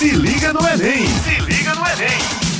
Se liga no Enem! Se liga no Enem!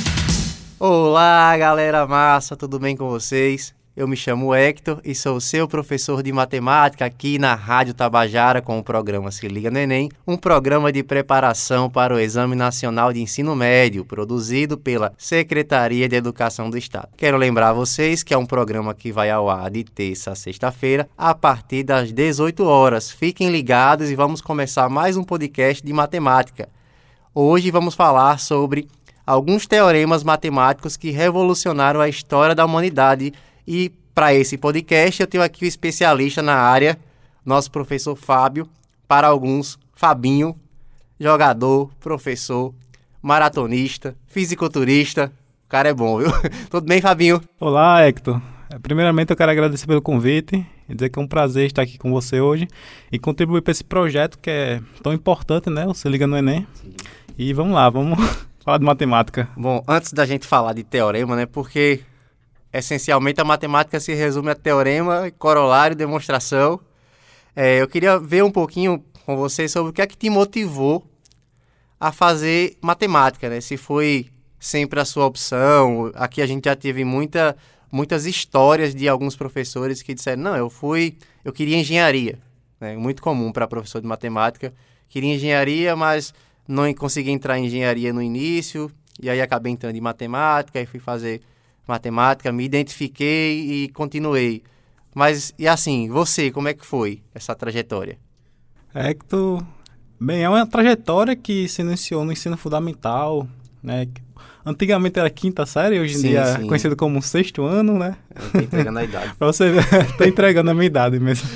Olá, galera massa, tudo bem com vocês? Eu me chamo Hector e sou seu professor de matemática aqui na Rádio Tabajara com o programa Se Liga no Enem, um programa de preparação para o Exame Nacional de Ensino Médio, produzido pela Secretaria de Educação do Estado. Quero lembrar a vocês que é um programa que vai ao ar de terça a sexta-feira, a partir das 18 horas. Fiquem ligados e vamos começar mais um podcast de matemática. Hoje vamos falar sobre alguns teoremas matemáticos que revolucionaram a história da humanidade. E para esse podcast eu tenho aqui o especialista na área, nosso professor Fábio, para alguns, Fabinho, jogador, professor, maratonista, fisiculturista. O cara é bom, viu? Tudo bem, Fabinho? Olá, Hector. Primeiramente eu quero agradecer pelo convite e dizer que é um prazer estar aqui com você hoje e contribuir para esse projeto que é tão importante, né? O Se Liga no Enem. Sim. E vamos lá, vamos falar de matemática. Bom, antes da gente falar de teorema, né? Porque essencialmente a matemática se resume a teorema, corolário, demonstração. Eu queria ver um pouquinho com você sobre o que é que te motivou a fazer matemática, né? Se foi sempre a sua opção. Aqui a gente já teve muitas histórias de alguns professores que disseram, não, eu queria engenharia, né? Muito comum para professor de matemática. Queria engenharia, mas não consegui entrar em engenharia no início, e aí acabei entrando em matemática, e fui fazer matemática, me identifiquei e continuei. Mas, e assim, você, como é que foi essa trajetória? Hector, bem, é uma trajetória que se iniciou no ensino fundamental, né? Antigamente era quinta série, hoje em dia é conhecido como sexto ano, né? Tô entregando a idade. Pra você ver, tô entregando a minha idade mesmo.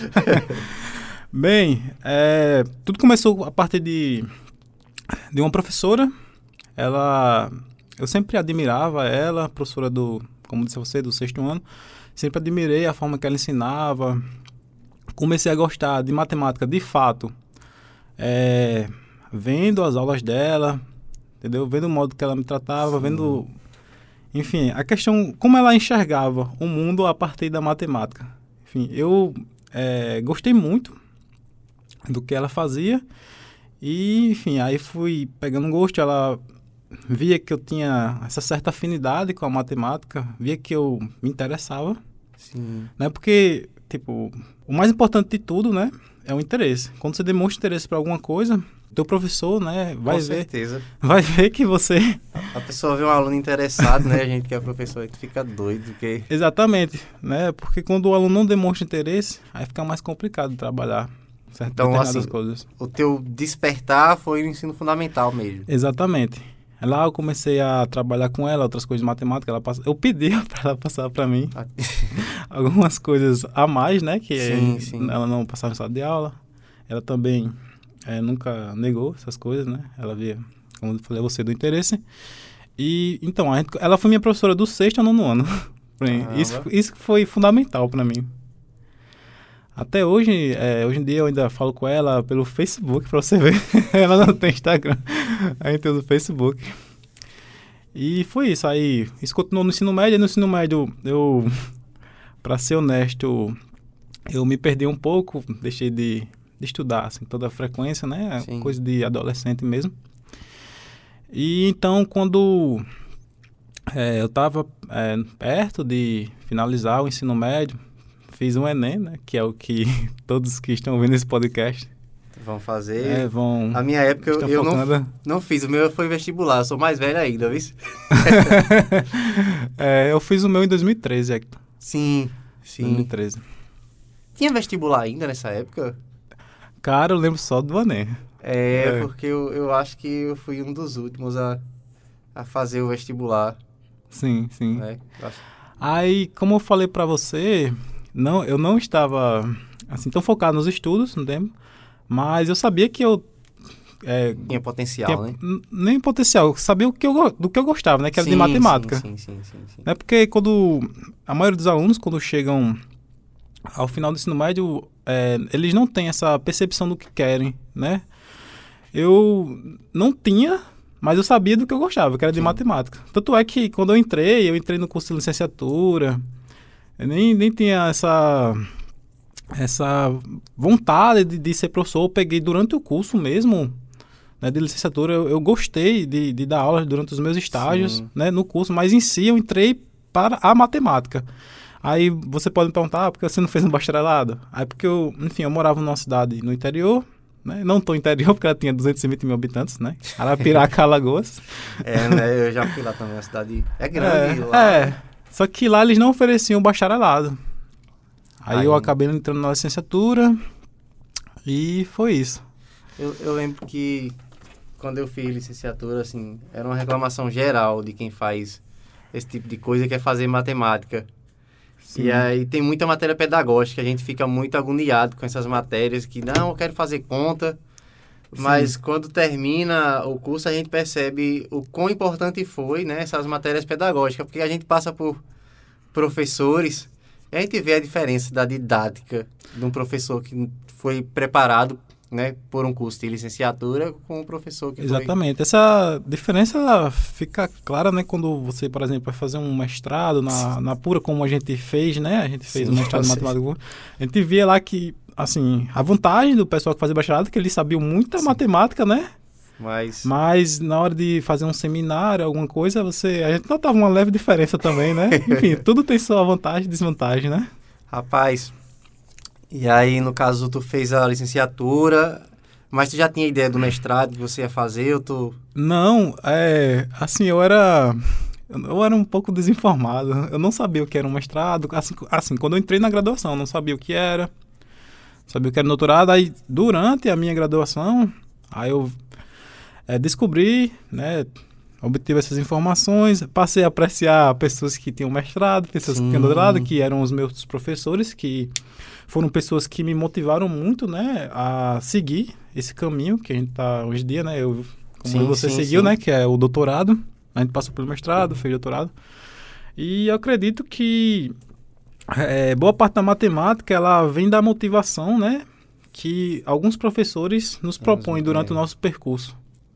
Bem, tudo começou a partir de uma professora. Eu sempre admirava ela, professora como disse você, do sexto ano. Sempre admirei a forma que ela ensinava. Comecei a gostar de matemática, de fato, vendo as aulas dela, entendeu? Vendo o modo que ela me tratava, vendo, enfim, a questão, como ela enxergava o mundo a partir da matemática. Enfim, eu gostei muito do que ela fazia e, enfim, aí fui pegando gosto. Ela via que eu tinha essa certa afinidade com a matemática, via que eu me interessava, né? Porque, tipo, o mais importante de tudo, né, é o interesse. Quando você demonstra interesse para alguma coisa, teu professor, né, vai ver que você... A pessoa vê um aluno interessado, né, a gente que é professor, a gente fica doido. Porque... Exatamente, né, porque quando o aluno não demonstra interesse, aí fica mais complicado de trabalhar então, assim, coisas. O teu despertar foi no ensino fundamental mesmo. Exatamente. Lá eu comecei a trabalhar com ela, outras coisas de matemática. Eu pedi para ela passar para mim algumas coisas a mais, né? Que ela não passava em sala de aula. Ela também nunca negou essas coisas, né? Ela via, como eu falei, você do interesse. E então, ela foi minha professora do sexto ao nono ano. Isso foi fundamental para mim. Até hoje, hoje em dia eu ainda falo com ela pelo Facebook, para você ver. Ela não tem Instagram, a gente usa o Facebook. E foi isso. Aí, isso continuou no ensino médio. E no ensino médio, para ser honesto, eu me perdi um pouco. Deixei de estudar, assim, toda a frequência, né? Sim. Coisa de adolescente mesmo. E então, quando eu estava perto de finalizar o ensino médio, fiz um Enem, né? Que é o que todos que estão ouvindo esse podcast vão fazer. Vão. Na minha época eu não fiz, o meu foi vestibular, eu sou mais velho ainda, viu? Eu fiz o meu em 2013, Hector. Sim. 2013. Tinha vestibular ainda nessa época? Cara, eu lembro só do Enem. Porque eu acho que eu fui um dos últimos a fazer o vestibular. Sim. Aí, como eu falei pra você, eu não estava assim tão focado nos estudos no tempo, mas eu sabia que eu tinha potencial, né? Nem potencial, eu sabia do que eu gostava, né? Que era de matemática. Sim. Né? Porque a maioria dos alunos, quando chegam ao final do ensino médio, eles não têm essa percepção do que querem, né? Eu não tinha, mas eu sabia do que eu gostava, que era de matemática. Tanto é que quando eu entrei no curso de licenciatura, eu nem tinha essa vontade de ser professor. Eu peguei durante o curso mesmo, né, de licenciatura, eu gostei de dar aula durante os meus estágios, né, no curso, mas em si eu entrei para a matemática. Aí você pode me perguntar, por que você não fez um bacharelado? Aí porque eu morava numa cidade no interior, né, não tão interior, porque ela tinha 220 mil habitantes, né, Arapiraca, Alagoas. Né, eu já fui lá também, a cidade é grande lá. Só que lá eles não ofereciam bacharelado. Aí eu acabei entrando na licenciatura e foi isso. Eu lembro que quando eu fiz licenciatura, assim, era uma reclamação geral de quem faz esse tipo de coisa, que é fazer matemática. Sim. E aí tem muita matéria pedagógica, a gente fica muito agoniado com essas matérias, que não, eu quero fazer conta, mas quando termina o curso a gente percebe o quão importante foi, né, essas matérias pedagógicas, porque a gente passa por professores, e a gente vê a diferença da didática de um professor que foi preparado, né, por um curso de licenciatura com um professor que Exatamente. Essa diferença fica clara, né, quando você, por exemplo, vai fazer um mestrado na pura, como a gente fez, né? A gente fez um mestrado em matemática. A gente via lá que, assim, a vantagem do pessoal que fazia bacharelado é que eles sabiam muita matemática, né? Mas na hora de fazer um seminário, alguma coisa, a gente notava uma leve diferença também, né? Enfim, tudo tem sua vantagem e desvantagem, né? Rapaz, e aí, no caso, tu fez a licenciatura, mas tu já tinha ideia do mestrado que você ia fazer, ou tu... Não, assim, eu era um pouco desinformado. Eu não sabia o que era um mestrado. Assim, quando eu entrei na graduação, eu não sabia o que era. Sabia o que era doutorado. Aí, durante a minha graduação, aí eu descobri, né, obtive essas informações, passei a apreciar pessoas que tinham mestrado, pessoas que tinham doutorado, que eram os meus professores, que foram pessoas que me motivaram muito, né, a seguir esse caminho que a gente está hoje em dia, né, você seguiu, né, que é o doutorado. A gente passou pelo mestrado, fez doutorado. E eu acredito que boa parte da matemática, ela vem da motivação, né, que alguns professores nos propõem durante o nosso percurso.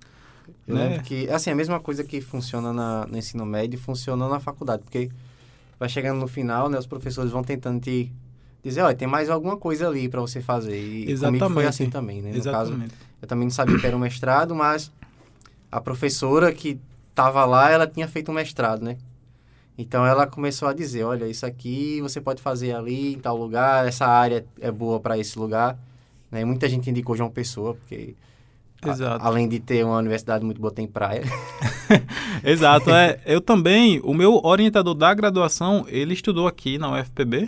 Eu lembro que, assim, a mesma coisa que funciona no ensino médio funciona na faculdade, porque vai chegando no final, né, os professores vão tentando te dizer, olha, tem mais alguma coisa ali para você fazer. E Exatamente. Comigo foi assim também, né? No Exatamente. caso, eu também não sabia que era um mestrado, mas a professora que estava lá, ela tinha feito um mestrado, né? Então, ela começou a dizer, olha, isso aqui você pode fazer ali, em tal lugar, essa área é boa para esse lugar. Né? E muita gente indicou João Pessoa, porque... Exato. Além de ter uma universidade muito boa, tem praia. Exato. Eu também, o meu orientador da graduação, ele estudou aqui na UFPB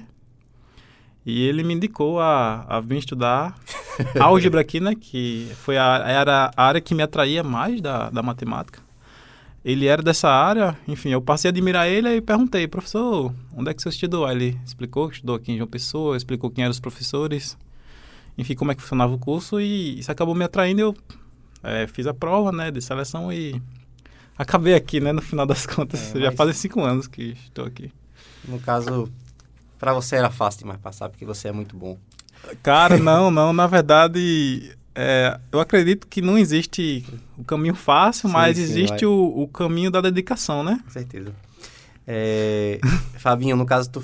e ele me indicou a vir estudar álgebra aqui, né? Que era a área que me atraía mais da matemática. Ele era dessa área, enfim, eu passei a admirar ele e perguntei, professor, onde é que você estudou? Aí ele explicou que estudou aqui em João Pessoa, explicou quem eram os professores, enfim, como é que funcionava o curso, e isso acabou me atraindo. Eu fiz a prova, né, de seleção e acabei aqui, né, no final das contas. Já fazem 5 anos que estou aqui. No caso, para você era fácil demais passar, porque você é muito bom. Cara, não, na verdade, eu acredito que não existe o caminho fácil, mas existe o caminho da dedicação, né? Com certeza. Fabinho, no caso,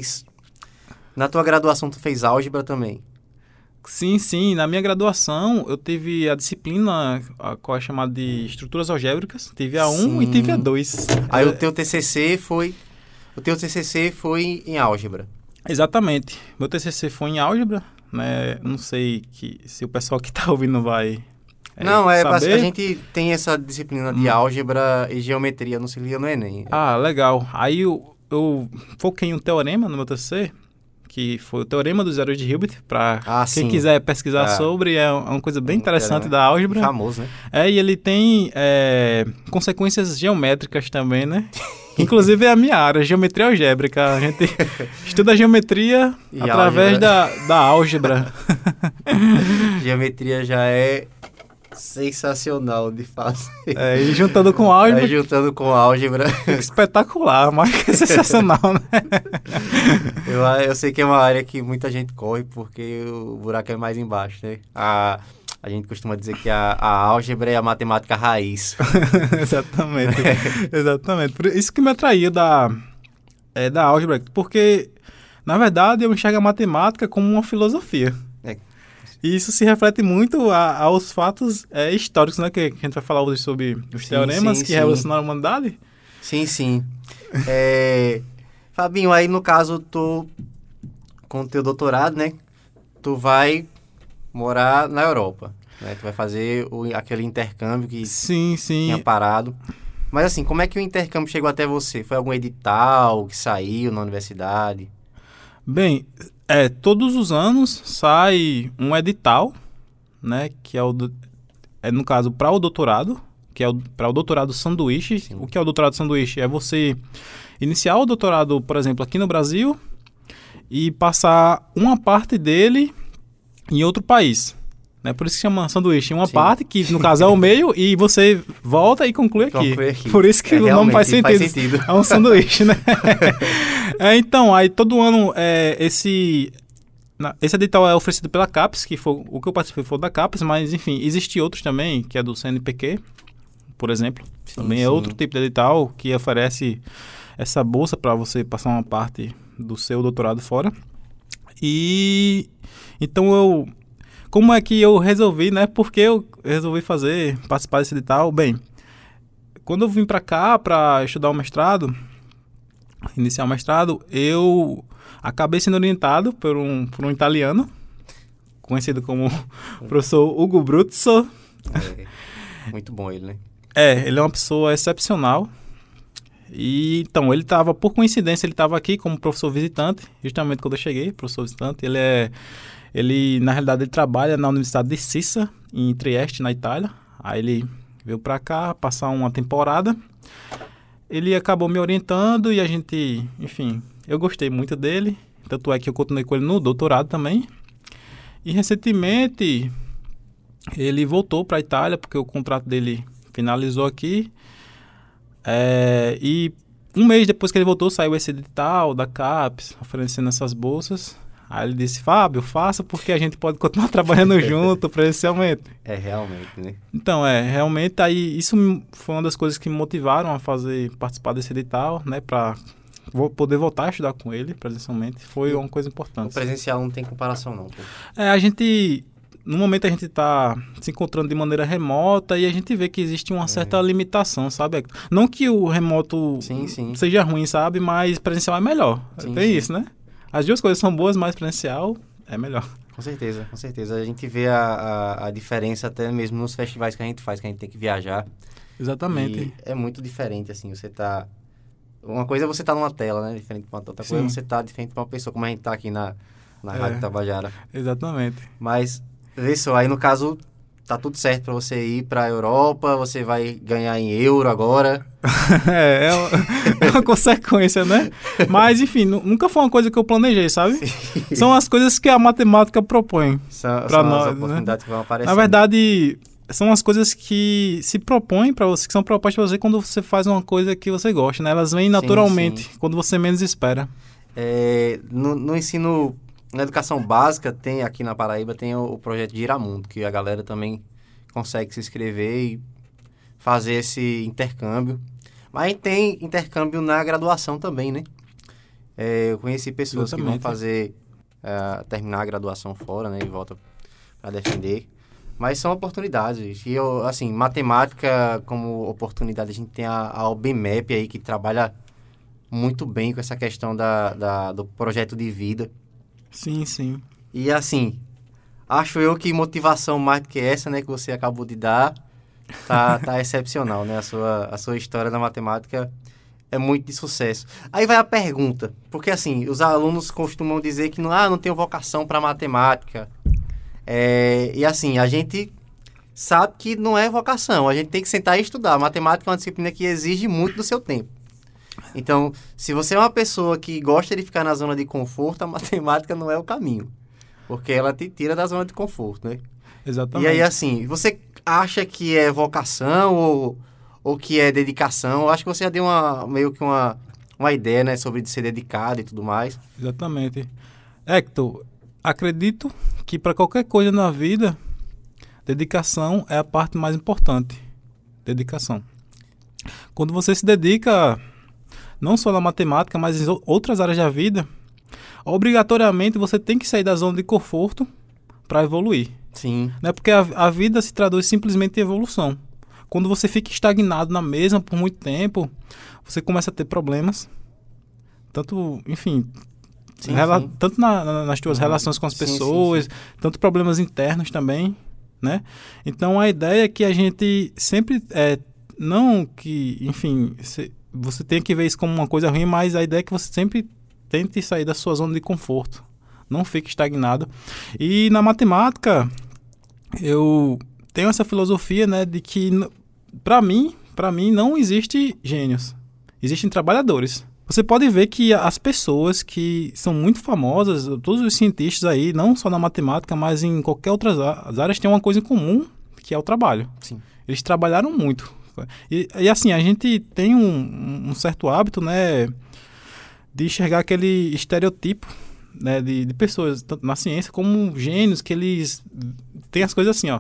na tua graduação tu fez álgebra também? Sim. Na minha graduação, eu tive a disciplina, qual é chamada de estruturas algébricas. Tive a 1 e tive a 2. Aí o teu TCC foi em álgebra? Exatamente. Meu TCC foi em álgebra, né? Não sei se o pessoal que está ouvindo vai saber. A gente tem essa disciplina de álgebra e geometria, não se liga no Enem. Ah, legal. Aí eu foquei em um teorema no meu TCC, que foi o Teorema dos Zeros de Hilbert, para quem quiser pesquisar sobre, é uma coisa bem interessante da álgebra. Famoso, né? E ele tem consequências geométricas também, né? Inclusive é a minha área, geometria algébrica. A gente estuda a geometria através da álgebra. Geometria já é sensacional de fazer. E juntando com álgebra. Juntando com álgebra. Espetacular, mas que sensacional, né? Eu sei que é uma área que muita gente corre porque o buraco é mais embaixo, né? A gente costuma dizer que a álgebra é a matemática raiz. Exatamente. Por isso que me atraiu da álgebra, porque, na verdade, eu enxergo a matemática como uma filosofia. E isso se reflete muito aos fatos históricos, né? Que a gente vai falar hoje sobre os teoremas que revolucionaram a humanidade. Sim, sim. Fabinho, aí no caso, tu, com o teu doutorado, né? Tu vai morar na Europa, né? Tu vai fazer aquele intercâmbio que tinha parado. Mas assim, como é que o intercâmbio chegou até você? Foi algum edital que saiu na universidade? Bem, todos os anos sai um edital, né? Que no caso, para o doutorado, que é para o doutorado sanduíche. Sim. O que é o doutorado sanduíche? É você iniciar o doutorado, por exemplo, aqui no Brasil e passar uma parte dele em outro país. Né? Por isso que chama sanduíche. Uma parte, que no caso é o meio, e você volta e conclui aqui. Por isso que o nome faz sentido. É um sanduíche, né? Então, aí todo ano esse edital é oferecido pela CAPES, que foi o que eu participei foi da CAPES, mas enfim, existe outros também, que é do CNPq, por exemplo. Também é outro tipo de edital que oferece essa bolsa para você passar uma parte do seu doutorado fora. E então como é que eu resolvi, né? Porque eu resolvi participar desse edital? Bem, quando eu vim para cá para estudar o mestrado, iniciar o mestrado, eu acabei sendo orientado por um italiano, conhecido como professor Ugo Bruzzo. Muito bom ele, né? Ele é uma pessoa excepcional. E então, por coincidência, ele estava aqui como professor visitante, justamente quando eu cheguei, professor visitante. Ele na realidade, ele trabalha na Universidade de Sissa, em Trieste, na Itália. Aí ele veio para cá passar uma temporada. Ele acabou me orientando e a gente, enfim, eu gostei muito dele. Tanto é que eu continuei com ele no doutorado também. E recentemente, ele voltou para a Itália, porque o contrato dele finalizou aqui. E um mês depois que ele voltou, saiu esse edital da CAPES, oferecendo essas bolsas. Aí ele disse, Fábio, faça porque a gente pode continuar trabalhando junto presencialmente. Realmente, né? Então, realmente, aí isso foi uma das coisas que me motivaram a participar desse edital, né, para poder voltar a estudar com ele presencialmente. Foi uma coisa importante. O presencial não tem comparação, não. Pô. No momento a gente está se encontrando de maneira remota e a gente vê que existe uma certa limitação, sabe? Não que o remoto seja ruim, sabe? Mas presencial é melhor. Tem isso, né? As duas coisas são boas, mas presencial é melhor. Com certeza, com certeza. A gente vê a diferença até mesmo nos festivais que a gente faz, que a gente tem que viajar. Exatamente. E é muito diferente, assim, você tá... Uma coisa é você tá numa tela, né? Diferente de uma outra coisa é você tá diferente de uma pessoa, como a gente tá aqui na Rádio Tabajara. Exatamente. Mas... Vê só, aí no caso, tá tudo certo pra você ir pra Europa, você vai ganhar em euro agora. É uma consequência, né? Mas, enfim, nunca foi uma coisa que eu planejei, sabe? Sim. São as coisas que a matemática propõe pra nós, as oportunidades, né? Que vão aparecer. Na verdade, são as coisas que se propõem pra você, que são propostas pra você quando você faz uma coisa que você gosta, né? Elas vêm naturalmente, quando você menos espera. No ensino... Na educação básica, aqui na Paraíba, tem o projeto Giramundo, que a galera também consegue se inscrever e fazer esse intercâmbio. Mas tem intercâmbio na graduação também, né? Eu conheci pessoas que vão terminar a graduação fora, né? E voltam para defender. Mas são oportunidades. E, assim, matemática como oportunidade, a gente tem a OBMEP aí, que trabalha muito bem com essa questão do projeto de vida. Sim, sim. E assim, acho eu que motivação mais do que essa, né, que você acabou de dar, tá excepcional, né? A sua história da matemática é muito de sucesso. Aí vai a pergunta, porque assim, os alunos costumam dizer que não tenho vocação para matemática. E assim, a gente sabe que não é vocação, a gente tem que sentar e estudar. Matemática é uma disciplina que exige muito do seu tempo. Então, se você é uma pessoa que gosta de ficar na zona de conforto, a matemática não é o caminho. Porque ela te tira da zona de conforto, né? Exatamente. E aí, assim, você acha que é vocação ou que é dedicação? Eu acho que você já deu meio que uma ideia, né? Sobre ser dedicado e tudo mais. Exatamente. Hector, acredito que para qualquer coisa na vida, dedicação é a parte mais importante. Dedicação. Quando você se dedica... não só na matemática, mas em outras áreas da vida, obrigatoriamente você tem que sair da zona de conforto para evoluir. Sim. Né? Porque a vida se traduz simplesmente em evolução. Quando você fica estagnado na mesma por muito tempo, você começa a ter problemas. Tanto, enfim, sim. Tanto nas tuas relações com as pessoas, tanto problemas internos também, né? Então, a ideia é que a gente sempre... não que, enfim, você tenha que ver isso como uma coisa ruim, mas a ideia é que você sempre tente sair da sua zona de conforto. Não fique estagnado. E na matemática, eu tenho essa filosofia, né, de que, para mim, não existe gênios. Existem trabalhadores. Você pode ver que as pessoas que são muito famosas, todos os cientistas aí, não só na matemática, mas em qualquer outras áreas, têm uma coisa em comum, que é o trabalho. Sim. Eles trabalharam muito. E assim, a gente tem um certo hábito, né, de enxergar aquele estereotipo, né, de pessoas, tanto na ciência como gênios, que eles têm as coisas assim, ó.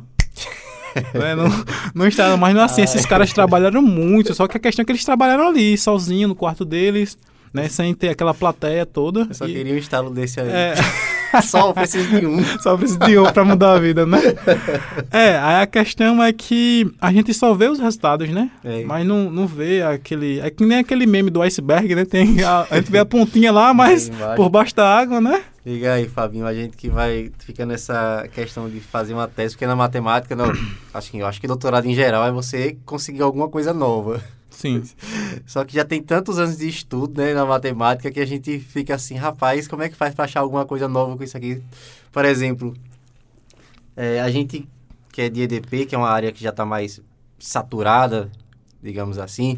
Não está, mas não é assim, esses caras trabalharam muito, só que a questão é que eles trabalharam ali, sozinho, no quarto deles, né, sem ter aquela plateia toda. Eu só queria um estalo desse aí. Só preciso de um. Só preciso de um pra mudar a vida, né? Aí a questão é que a gente só vê os resultados, né? Mas não vê aquele... É que nem aquele meme do iceberg, né? A gente vê a pontinha lá, mas por baixo da água, né? Liga aí, Fabinho, a gente que fica nessa questão de fazer uma tese, porque na matemática, eu acho que doutorado em geral é você conseguir alguma coisa nova. Sim. Só que já tem tantos anos de estudo, né, na matemática, que a gente fica assim, rapaz, como é que faz para achar alguma coisa nova com isso aqui? Por exemplo, a gente que é de EDP, que é uma área que já está mais saturada, digamos assim,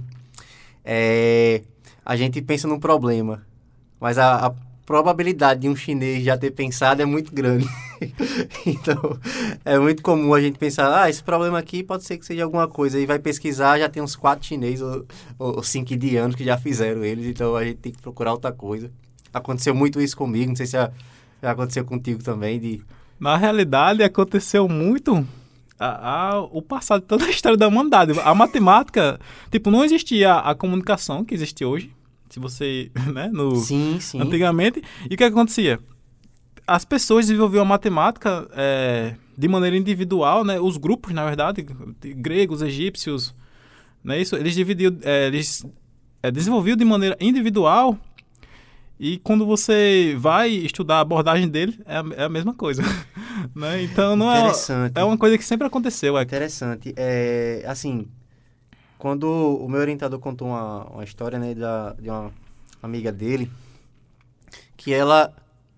a gente pensa num problema, mas a probabilidade de um chinês já ter pensado é muito grande. Então, é muito comum a gente pensar, esse problema aqui pode ser que seja alguma coisa, e vai pesquisar, já tem uns 4 chineses ou 5 indianos que já fizeram eles, então a gente tem que procurar outra coisa. Aconteceu muito isso comigo, não sei se já aconteceu contigo também. Na realidade, aconteceu muito o passado, toda a história da humanidade. A matemática, não existia a comunicação que existe hoje, se você, né, Sim. Antigamente, e o que acontecia? As pessoas desenvolviam a matemática de maneira individual, né? Os grupos, na verdade, gregos, egípcios, né? Eles desenvolviam de maneira individual, e quando você vai estudar a abordagem dele, é a mesma coisa. Né? Então, não é uma coisa que sempre aconteceu. Interessante. Assim, quando o meu orientador contou uma história, né, de uma amiga dele, que ela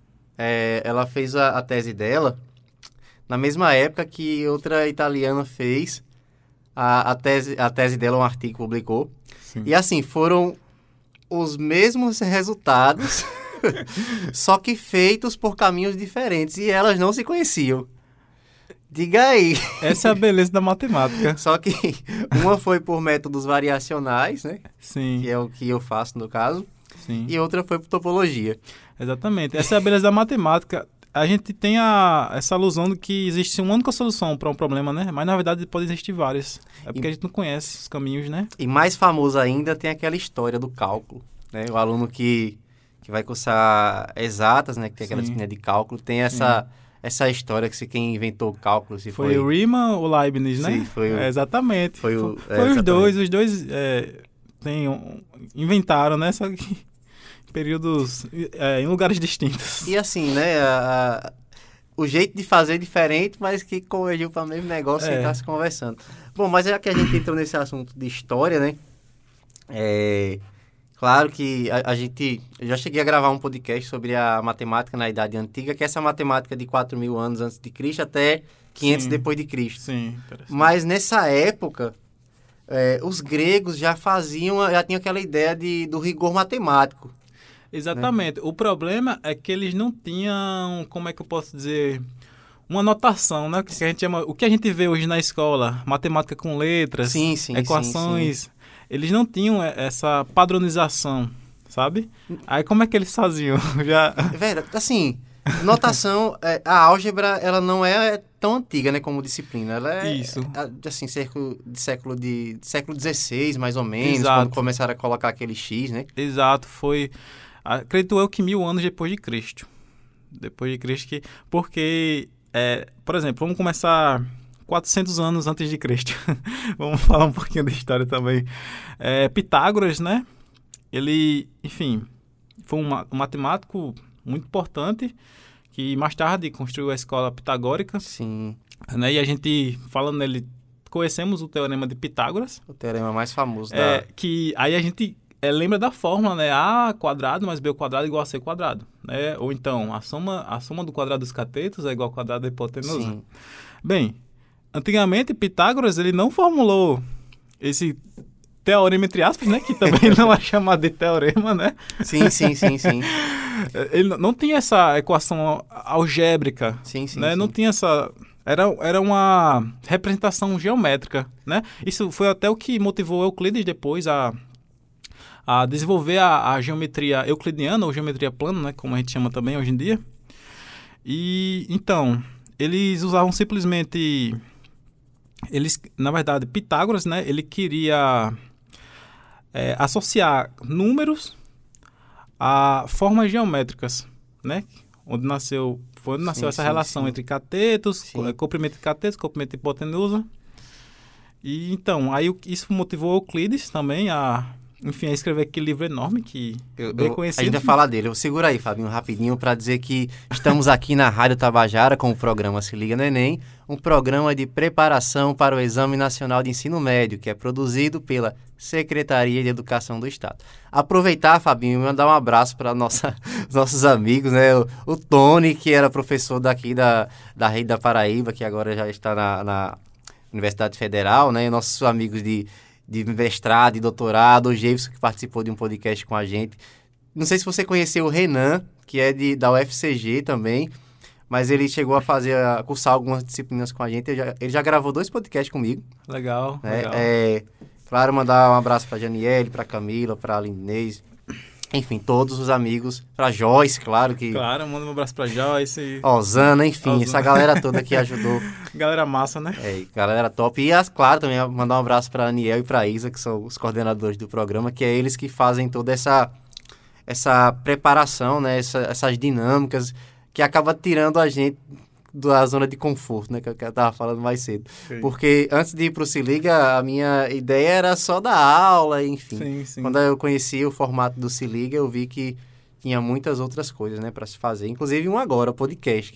fez a tese dela na mesma época que outra italiana fez a tese dela, um artigo que publicou. Sim. E assim, foram os mesmos resultados, só que feitos por caminhos diferentes, e elas não se conheciam. Diga aí. Essa é a beleza da matemática. Só que uma foi por métodos variacionais, né? Sim. Que é o que eu faço no caso. Sim. E outra foi por topologia. Exatamente. Essa é a beleza da matemática. A gente tem essa ilusão de que existe uma única solução para um problema, né? Mas, na verdade, pode existir várias. É porque a gente não conhece os caminhos, né? E mais famoso ainda tem aquela história do cálculo, né? O aluno que vai cursar exatas, né? Que tem aquela disciplina de cálculo, tem essa história que quem inventou o cálculo... Foi o Riemann ou Leibniz, né? Sim, foi o... exatamente. Foi os dois. Os dois inventaram, né? Só que... períodos em lugares distintos. E assim, né, o jeito de fazer é diferente, mas que convergiu para o mesmo negócio e está se conversando. Bom, mas já que a gente entrou nesse assunto de história, né, claro que eu já cheguei a gravar um podcast sobre a matemática na Idade Antiga, que é essa matemática de 4.000 anos antes de Cristo até 500 depois de Cristo. Sim, interessante. Mas nessa época, os gregos já tinham aquela ideia do rigor matemático. Exatamente. Né? O problema é que eles não tinham, como é que eu posso dizer, uma notação, né? O que a gente vê hoje na escola, matemática com letras, equações, sim. Eles não tinham essa padronização, sabe? Aí como é que eles faziam? Verdade, assim, notação, a álgebra, ela não é tão antiga, né, como disciplina. Ela é, assim, século XVI, mais ou menos, exato. Quando começaram a colocar aquele X, né? Exato, foi... Acredito eu que 1000 anos depois de Cristo. Porque por exemplo, vamos começar 400 anos antes de Cristo. Vamos falar um pouquinho da história também. Pitágoras, né? Ele, enfim, foi um matemático muito importante que mais tarde construiu a escola pitagórica. Sim. Né? E a gente, falando nele, conhecemos o Teorema de Pitágoras. O teorema mais famoso que aí a gente lembra da fórmula, né? A quadrado mais B quadrado igual a C quadrado. Né? Ou então, a soma do quadrado dos catetos é igual ao quadrado da hipotenusa. Sim. Bem, antigamente Pitágoras ele não formulou esse teorema, entre aspas, né? Que também não é chamado de teorema, né? Sim. Ele não tinha essa equação algébrica. Sim. Né? Não tinha essa... Era uma representação geométrica, né? Isso foi até o que motivou Euclides depois a desenvolver a geometria euclidiana, ou geometria plana, né? Como a gente chama também hoje em dia. E, então, eles usavam simplesmente... na verdade, Pitágoras, né? Ele queria associar números a formas geométricas, né? Onde nasceu essa relação entre catetos, comprimento de catetos, comprimento de hipotenusa. E então, aí isso motivou Euclides também a escrever aquele livro enorme que bem conhecido. A gente vai falar dele. Segura aí, Fabinho, rapidinho, para dizer que estamos aqui na Rádio Tabajara com o programa Se Liga no Enem, um programa de preparação para o Exame Nacional de Ensino Médio, que é produzido pela Secretaria de Educação do Estado. Aproveitar, Fabinho, e mandar um abraço para nossos amigos, né? O Tony, que era professor daqui da Rede da Paraíba, que agora já está na Universidade Federal, né? E nossos amigos de mestrado e doutorado, o Jefferson, que participou de um podcast com a gente. Não sei se você conheceu o Renan, que é da UFCG também, mas ele chegou a cursar algumas disciplinas com a gente. Ele já gravou 2 podcasts comigo. Legal. Claro, mandar um abraço para a Janiele, para a Camila, para a Linês, enfim, todos os amigos, para Joyce, claro que... Claro, manda um abraço para Joyce. Osana, enfim, essa galera toda que ajudou. Galera massa, né? Galera top. E, claro, também mandar um abraço para a Aniel e para a Isa, que são os coordenadores do programa, que é eles que fazem toda essa preparação, né? Essas dinâmicas que acaba tirando a gente da zona de conforto, né? Que eu estava falando mais cedo. Sim. Porque antes de ir para o Se Liga, a minha ideia era só dar aula, enfim. Sim. Quando eu conheci o formato do Se Liga, eu vi que tinha muitas outras coisas, né, para se fazer. Inclusive um agora, o podcast.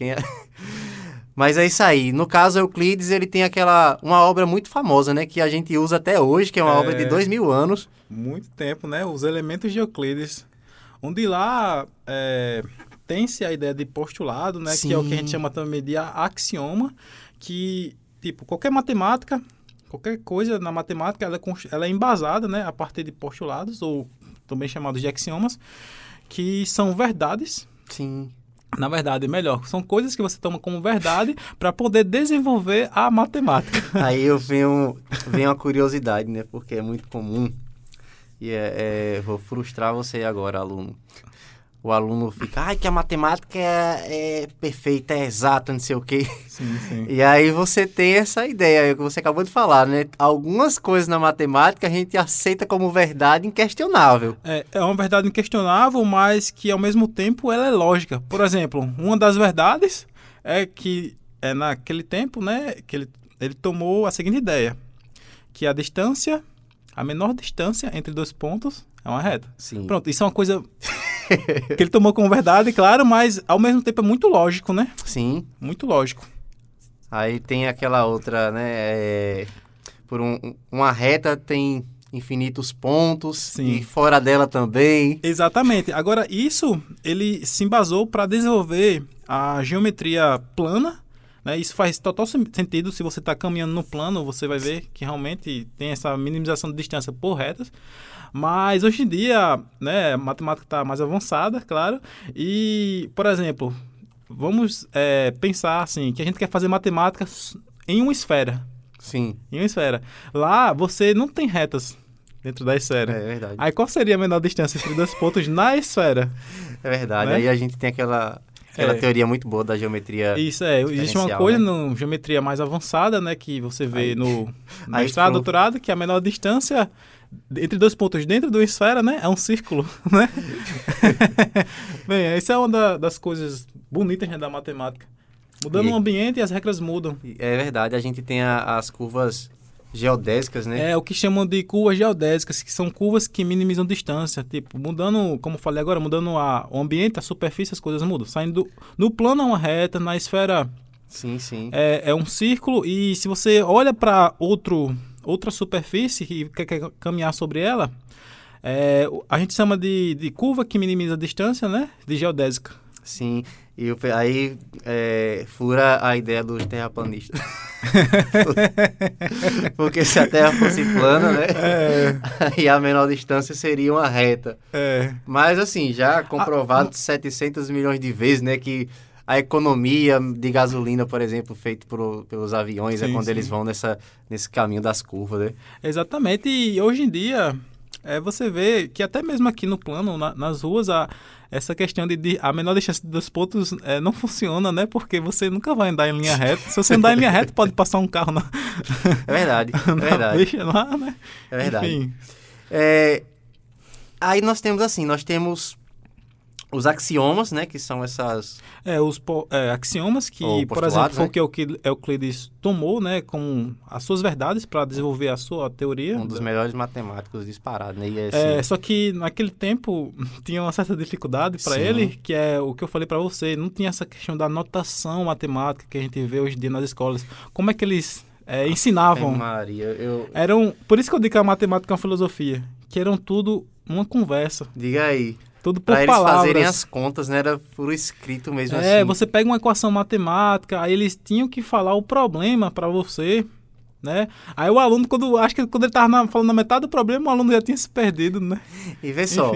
Mas é isso aí. No caso, Euclides, ele tem uma obra muito famosa, né? Que a gente usa até hoje, que é uma obra de 2000 anos. Muito tempo, né? Os elementos de Euclides. Onde lá tem-se a ideia de postulado, né? Sim. Que é o que a gente chama também de axioma. Que, tipo, qualquer matemática, qualquer coisa na matemática, ela é embasada, né? A partir de postulados, ou também chamados de axiomas, que são verdades. Sim. Na verdade, melhor, são coisas que você toma como verdade para poder desenvolver a matemática. Aí vem uma curiosidade, né? Porque é muito comum. E vou frustrar você agora, aluno. O aluno fica, que a matemática é perfeita, é exata, não sei o quê. Sim. E aí você tem essa ideia, que você acabou de falar, né? Algumas coisas na matemática a gente aceita como verdade inquestionável. É uma verdade inquestionável, mas que ao mesmo tempo ela é lógica. Por exemplo, uma das verdades é que naquele tempo, né, que ele tomou a seguinte ideia, que a menor distância entre 2 pontos é uma reta. Sim. Pronto, isso é uma coisa... que ele tomou como verdade, claro, mas ao mesmo tempo é muito lógico, né? Sim. Muito lógico. Aí tem aquela outra, né? Por uma reta tem infinitos pontos. Sim. E fora dela também. Exatamente. Agora, isso ele se embasou para desenvolver a geometria plana, né? Isso faz total sentido. Se você está caminhando no plano, você vai ver que realmente tem essa minimização de distância por retas. Mas hoje em dia, né, a matemática está mais avançada, claro. E, por exemplo, vamos pensar assim, que a gente quer fazer matemática em uma esfera. Sim. Em uma esfera. Lá, você não tem retas dentro da esfera. É verdade. Aí, qual seria a menor distância entre 2 pontos na esfera? É verdade. Né? Aí a gente tem aquela teoria muito boa da geometria. Isso, existe uma coisa, né, na geometria mais avançada, né, que você vê no mestrado, doutorado, que a menor distância entre 2 pontos dentro de uma esfera, né, é um círculo, né? Bem, essa é uma das coisas bonitas, né, da matemática. Mudando o ambiente, as regras mudam. É verdade, a gente tem as curvas geodésicas, né? É, o que chamam de curvas geodésicas, que são curvas que minimizam distância. Tipo, mudando, como eu falei agora, mudando o ambiente, a superfície, as coisas mudam. Saindo no plano é uma reta, na esfera sim. É um círculo, e se você olha para outra superfície e quer caminhar sobre ela, a gente chama de curva que minimiza a distância, né? De geodésica. Sim, e aí fura a ideia dos terraplanistas. Porque se a Terra fosse plana, né? E a menor distância seria uma reta. Mas assim, já comprovado 700 milhões de vezes, né? Que a economia de gasolina, por exemplo, feita pelos aviões, sim, quando eles vão nesse caminho das curvas, né? Exatamente, e hoje em dia você vê que até mesmo aqui no plano, nas ruas, essa questão de a menor distância dos pontos não funciona, né? Porque você nunca vai andar em linha reta. Se você andar em linha reta, pode passar um carro na... É verdade, é verdade. Deixa lá, né? É verdade. Enfim. Aí nós temos os axiomas, né? Que são essas... Os axiomas que, por exemplo, foi o que Euclides tomou, né? Com as suas verdades para desenvolver a sua teoria. Um dos melhores matemáticos disparados, né? E só que naquele tempo tinha uma certa dificuldade para ele, que é o que eu falei para você. Não tinha essa questão da notação matemática que a gente vê hoje em dia nas escolas. Como é que eles ensinavam? Maria, Por isso que eu digo que a matemática é uma filosofia. Que eram tudo uma conversa. Diga aí. Tudo por pra palavras. Eles fazerem as contas, né? Era por escrito mesmo assim. Você pega uma equação matemática, aí eles tinham que falar o problema para você, né? Aí o aluno, acho que quando ele estava falando na metade do problema, o aluno já tinha se perdido, né? E vê só,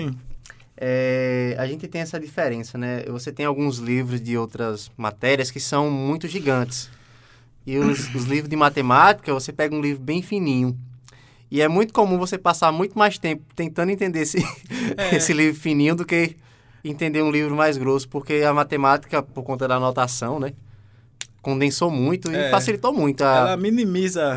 a gente tem essa diferença, né? Você tem alguns livros de outras matérias que são muito gigantes. E os livros de matemática, você pega um livro bem fininho. E é muito comum você passar muito mais tempo tentando entender esse livro fininho do que entender um livro mais grosso, porque a matemática, por conta da anotação, né, condensou muito e facilitou muito. Ela minimiza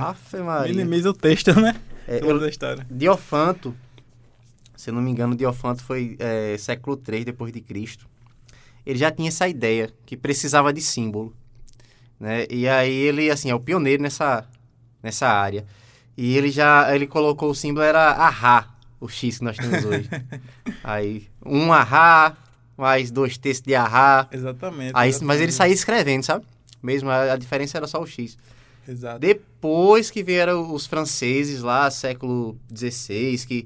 o texto, né? Toda a história. Diofanto, se eu não me engano, Diofanto foi século III depois de Cristo. Ele já tinha essa ideia que precisava de símbolo, né? E aí ele, assim, é o pioneiro nessa área. E ele colocou o símbolo, era arrá, o X que nós temos hoje. Aí, um arrá, mais 2 terços de arrá. Exatamente. Mas ele saía escrevendo, sabe? Mesmo, a diferença era só o X. Exato. Depois que vieram os franceses lá, século XVI,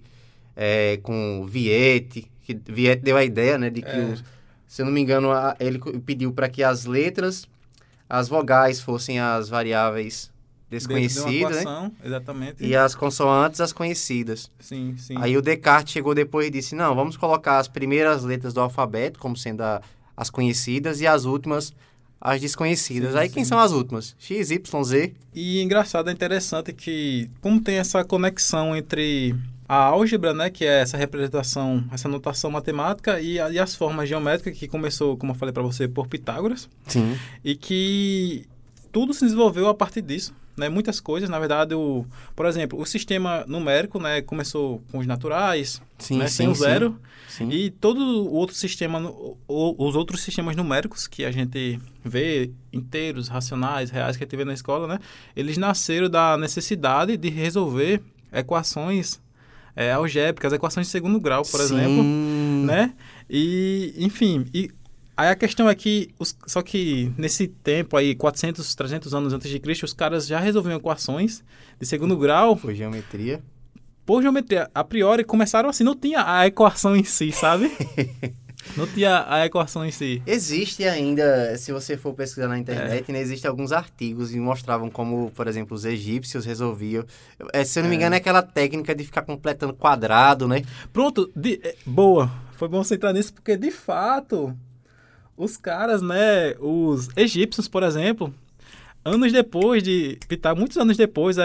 com Viette, que Viette deu a ideia, né, de que, se eu não me engano, ele pediu para que as letras, as vogais fossem as variáveis desconhecidas, né? Exatamente. E as consoantes, as conhecidas. Sim. Aí o Descartes chegou depois e disse, não, vamos colocar as primeiras letras do alfabeto como sendo as conhecidas e as últimas as desconhecidas. Aí quem são as últimas? X, Y, Z. E engraçado, é interessante que como tem essa conexão entre a álgebra, né, que é essa representação, essa notação matemática e as formas geométricas que começou, como eu falei para você, por Pitágoras. Sim. E que tudo se desenvolveu a partir disso. Né, muitas coisas, na verdade, por exemplo, o sistema numérico, né, começou com os naturais, sem o zero, e todo o outro sistema, os outros sistemas numéricos que a gente vê, inteiros, racionais, reais, que a gente vê na escola, né, eles nasceram da necessidade de resolver equações algébricas, equações de segundo grau, por exemplo, né, e, enfim, aí a questão é que, só que nesse tempo aí, 400, 300 anos antes de Cristo, os caras já resolviam equações de segundo grau. Por geometria. A priori, começaram assim, não tinha a equação em si, sabe? Não tinha a equação em si. Existe ainda, se você for pesquisar na internet, né, existem alguns artigos e mostravam como, por exemplo, os egípcios resolviam. Se eu não me engano, é aquela técnica de ficar completando quadrado, né? Pronto, boa. Foi bom você entrar nisso, porque de fato... Os caras, né, os egípcios, por exemplo, anos depois de Pitágoras, muitos anos depois,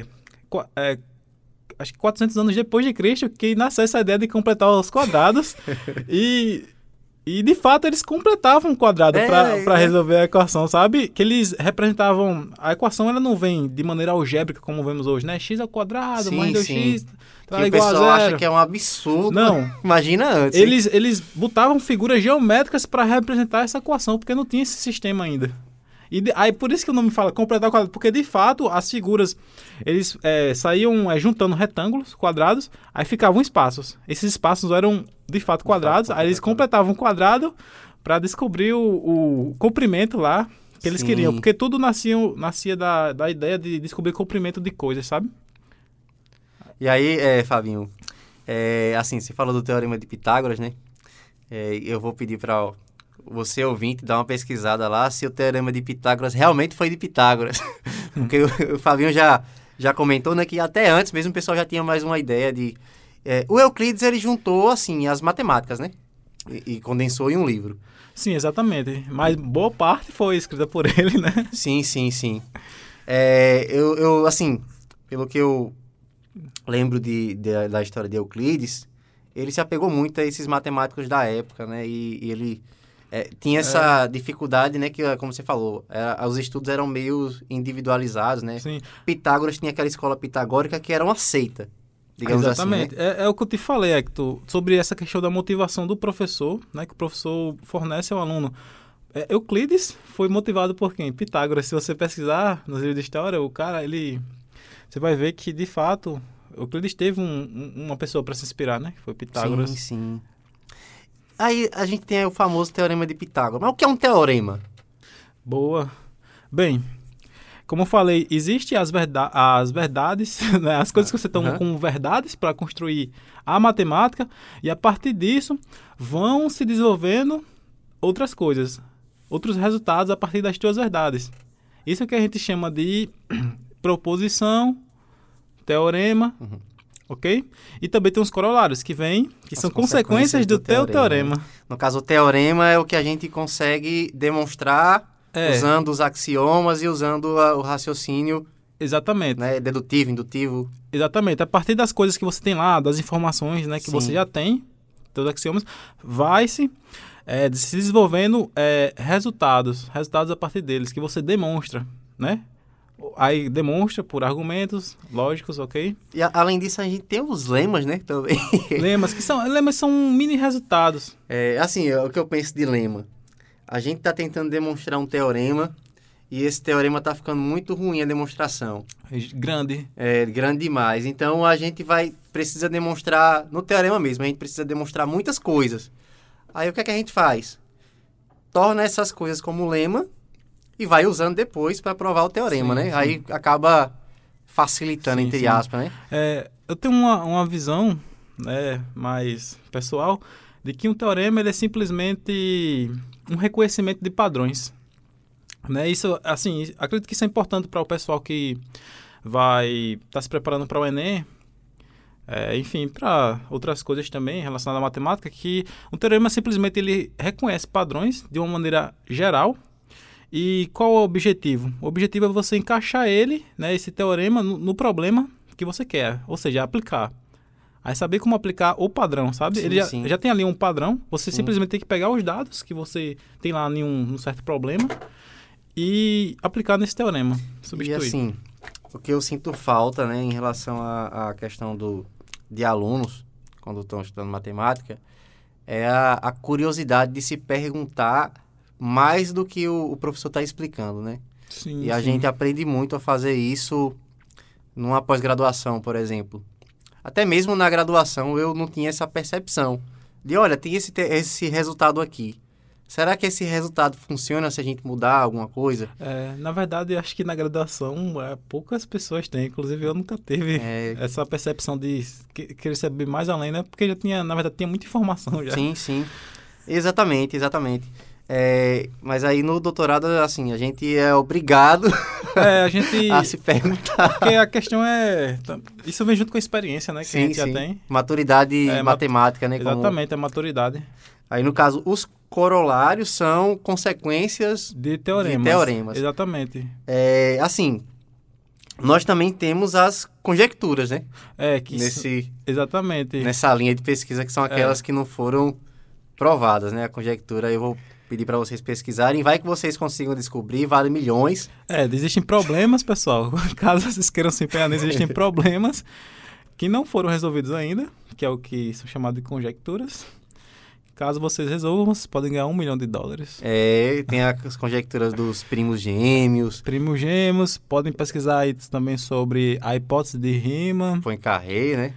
acho que 400 anos depois de Cristo, que nasceu essa ideia de completar os quadrados e de fato eles completavam o quadrado para resolver a equação, sabe? Que eles representavam, a equação ela não vem de maneira algébrica como vemos hoje, né? X ao quadrado, mais 2x... Que o pessoal acha que é um absurdo. Não. Imagina antes. Eles botavam figuras geométricas para representar essa equação, porque não tinha esse sistema ainda. Aí por isso que o nome fala completar o quadrado, porque de fato as figuras, eles saíam juntando retângulos, quadrados, aí ficavam espaços. Esses espaços eram de fato quadrados, aí eles completavam o quadrado para descobrir o comprimento lá que eles queriam, porque tudo nascia da ideia de descobrir comprimento de coisas, sabe? E aí, Fabinho, assim, você falou do Teorema de Pitágoras, né? Eu vou pedir para você, ouvinte, dar uma pesquisada lá se o Teorema de Pitágoras realmente foi de Pitágoras. Porque o Fabinho já comentou, né, que até antes mesmo o pessoal já tinha mais uma ideia de... o Euclides, ele juntou, assim, as matemáticas, né? E condensou em um livro. Sim, exatamente. Mas boa parte foi escrita por ele, né? Sim. Eu assim, pelo que eu lembro da história de Euclides, ele se apegou muito a esses matemáticos da época, né? E ele tinha essa dificuldade, né? Que, como você falou, os estudos eram meio individualizados, né? Sim. Pitágoras tinha aquela escola pitagórica que era uma seita, digamos Exatamente. assim, né? É o que eu te falei, Hector, sobre essa questão da motivação do professor, né? Que o professor fornece ao aluno. Euclides foi motivado por quem? Pitágoras. Se você pesquisar nos livros de história, o cara, você vai ver que, de fato, Euclides teve uma pessoa para se inspirar, né? Que foi Pitágoras. Sim. Aí a gente tem o famoso Teorema de Pitágoras. Mas o que é um teorema? Boa. Bem, como eu falei, existem as verdades, né? As coisas que você toma como verdades para construir a matemática, e a partir disso vão se desenvolvendo outras coisas, outros resultados a partir das tuas verdades. Isso é que a gente chama de proposição, teorema, ok? E também tem os corolários que são consequências do teu teorema. No caso, o teorema é o que a gente consegue demonstrar usando os axiomas e usando o raciocínio. Exatamente. Né, dedutivo, indutivo. Exatamente. A partir das coisas que você tem lá, das informações, né, que você já tem, todos os axiomas, vai se desenvolvendo resultados a partir deles, que você demonstra, né? Aí demonstra por argumentos lógicos, ok? E além disso, a gente tem os lemas, né? Também. Lemas são mini resultados. Assim, o que eu penso de lema. A gente está tentando demonstrar um teorema e esse teorema está ficando muito ruim a demonstração. Grande. Grande demais. Então, a gente precisa demonstrar, no teorema mesmo, a gente precisa demonstrar muitas coisas. Aí, o que é que a gente faz? Torna essas coisas como lema e vai usando depois para provar o teorema, né? Sim. Aí acaba facilitando, entre aspas, né? Eu tenho uma visão, né, mais pessoal, de que um teorema ele é simplesmente um reconhecimento de padrões. Né? Isso, assim, acredito que isso é importante para o pessoal que vai estar se preparando para o Enem, enfim, para outras coisas também relacionadas à matemática, que um teorema simplesmente ele reconhece padrões de uma maneira geral. E qual é o objetivo? O objetivo é você encaixar ele, né, esse teorema, no problema que você quer, ou seja, aplicar. Aí saber como aplicar o padrão, sabe? Sim, ele já tem ali um padrão, você simplesmente tem que pegar os dados que você tem lá em um certo problema e aplicar nesse teorema, substituir. E assim, o que eu sinto falta, né, em relação à questão de alunos, quando estão estudando matemática, é a curiosidade de se perguntar mais do que o professor está explicando, né? Sim, e a gente aprende muito a fazer isso numa pós-graduação, por exemplo. Até mesmo na graduação eu não tinha essa percepção de, olha, tem esse resultado aqui. Será que esse resultado funciona se a gente mudar alguma coisa? Na verdade, eu acho que na graduação poucas pessoas têm. Inclusive, eu nunca tive essa percepção de querer saber mais além, né? Porque na verdade, tinha muita informação já. Sim. Exatamente. Mas aí no doutorado, assim, a gente é obrigado a se perguntar. Porque a questão isso vem junto com a experiência, né? Que a gente já tem. Maturidade matemática, né? Exatamente, a maturidade. Aí, no caso, os corolários são consequências de teoremas. Exatamente. Assim, nós também temos as conjecturas, né? Exatamente. Nessa linha de pesquisa, que são aquelas que não foram provadas, né? A conjectura, eu vou pedir para vocês pesquisarem. Vai que vocês consigam descobrir, vale milhões. Existem problemas, pessoal. Caso vocês queiram se empenhar, existem problemas que não foram resolvidos ainda, que é o que são chamados de conjecturas. caso vocês resolvam, vocês podem ganhar $1 milhão. Tem as conjecturas dos primos gêmeos. Primos gêmeos, podem pesquisar aí também sobre a hipótese de Riemann. Poincaré, né?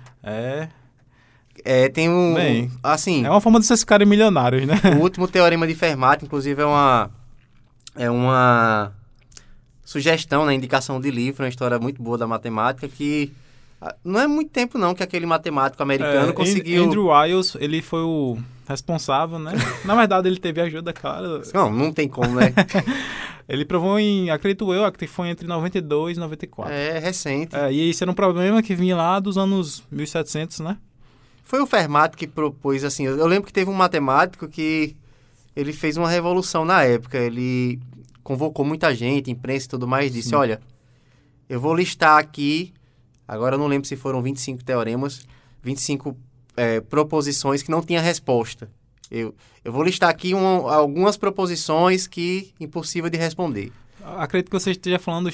Tem Bem, assim... É uma forma de vocês ficarem milionários, né? O último teorema de Fermat, inclusive, é uma sugestão, né? Indicação de livro, uma história muito boa da matemática que... Não é muito tempo, não, que aquele matemático americano conseguiu... Andrew Wiles, ele foi o responsável, né? Na verdade, ele teve ajuda, claro. Não tem como, né? Ele provou acredito eu, que foi entre 92 e 94. É, recente. E isso era um problema que vinha lá dos anos 1700, né? Foi o Fermat que propôs, assim... Eu lembro que teve um matemático que ele fez uma revolução na época. Ele convocou muita gente, imprensa e tudo mais, e disse, olha, eu vou listar aqui... Agora eu não lembro se foram 25 teoremas, 25 proposições que não tinha resposta. Eu vou listar aqui algumas proposições que impossível de responder. Acredito que você esteja falando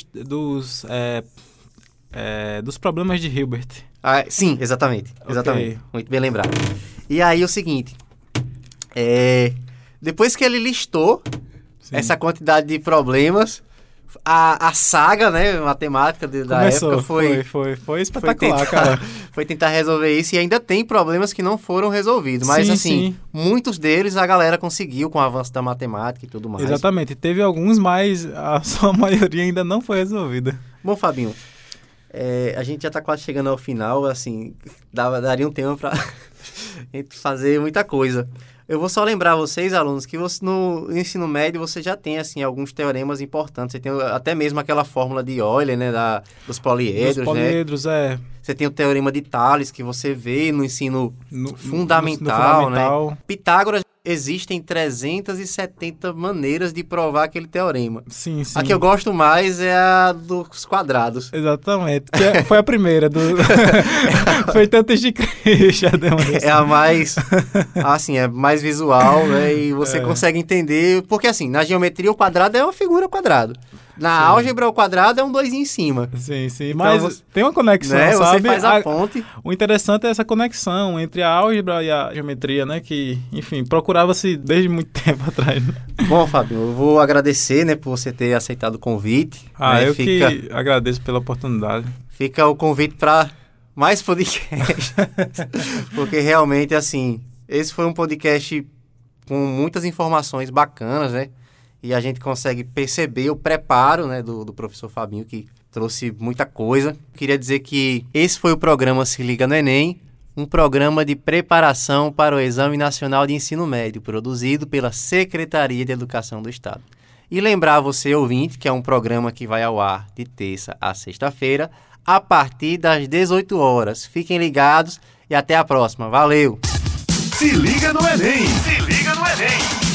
dos problemas de Hilbert. Sim, exatamente. Okay. Muito bem lembrado. E aí o seguinte, depois que ele listou essa quantidade de problemas... A saga, né, matemática da época foi espetacular, cara. Foi tentar resolver isso e ainda tem problemas que não foram resolvidos. Mas, muitos deles a galera conseguiu com o avanço da matemática e tudo mais. Exatamente. Teve alguns, mas a sua maioria ainda não foi resolvida. Bom, Fabinho, a gente já está quase chegando ao final, assim, daria um tempo para fazer muita coisa. Eu vou só lembrar vocês, alunos, que no ensino médio você já tem, assim, alguns teoremas importantes. Você tem até mesmo aquela fórmula de Euler, né, dos poliedros, né? Dos poliedros, Você tem o teorema de Tales, que você vê no ensino fundamental, né? Pitágoras, existem 370 maneiras de provar aquele teorema. Sim. A que eu gosto mais é a dos quadrados. Exatamente. Foi a primeira. Feita antes de Cristo. É a mais, assim, é mais visual, né? E você consegue entender... Porque, assim, na geometria o quadrado é uma figura quadrada. Na álgebra, o quadrado é um 2 em cima. Sim. Então, mas tem uma conexão, né? sabe? Você faz a ponte. O interessante é essa conexão entre a álgebra e a geometria, né? Que, enfim, procurava-se desde muito tempo atrás. Né? Bom, Fábio, eu vou agradecer, né, por você ter aceitado o convite. Né? Que agradeço pela oportunidade. Fica o convite para mais podcast. Porque realmente, assim, esse foi um podcast com muitas informações bacanas, né? E a gente consegue perceber o preparo, né, do professor Fabinho, que trouxe muita coisa. Queria dizer que esse foi o programa Se Liga no Enem, um programa de preparação para o Exame Nacional de Ensino Médio, produzido pela Secretaria de Educação do Estado. E lembrar você, ouvinte, que é um programa que vai ao ar de terça a sexta-feira, a partir das 18 horas. Fiquem ligados e até a próxima. Valeu! Se liga no Enem! Se liga no Enem!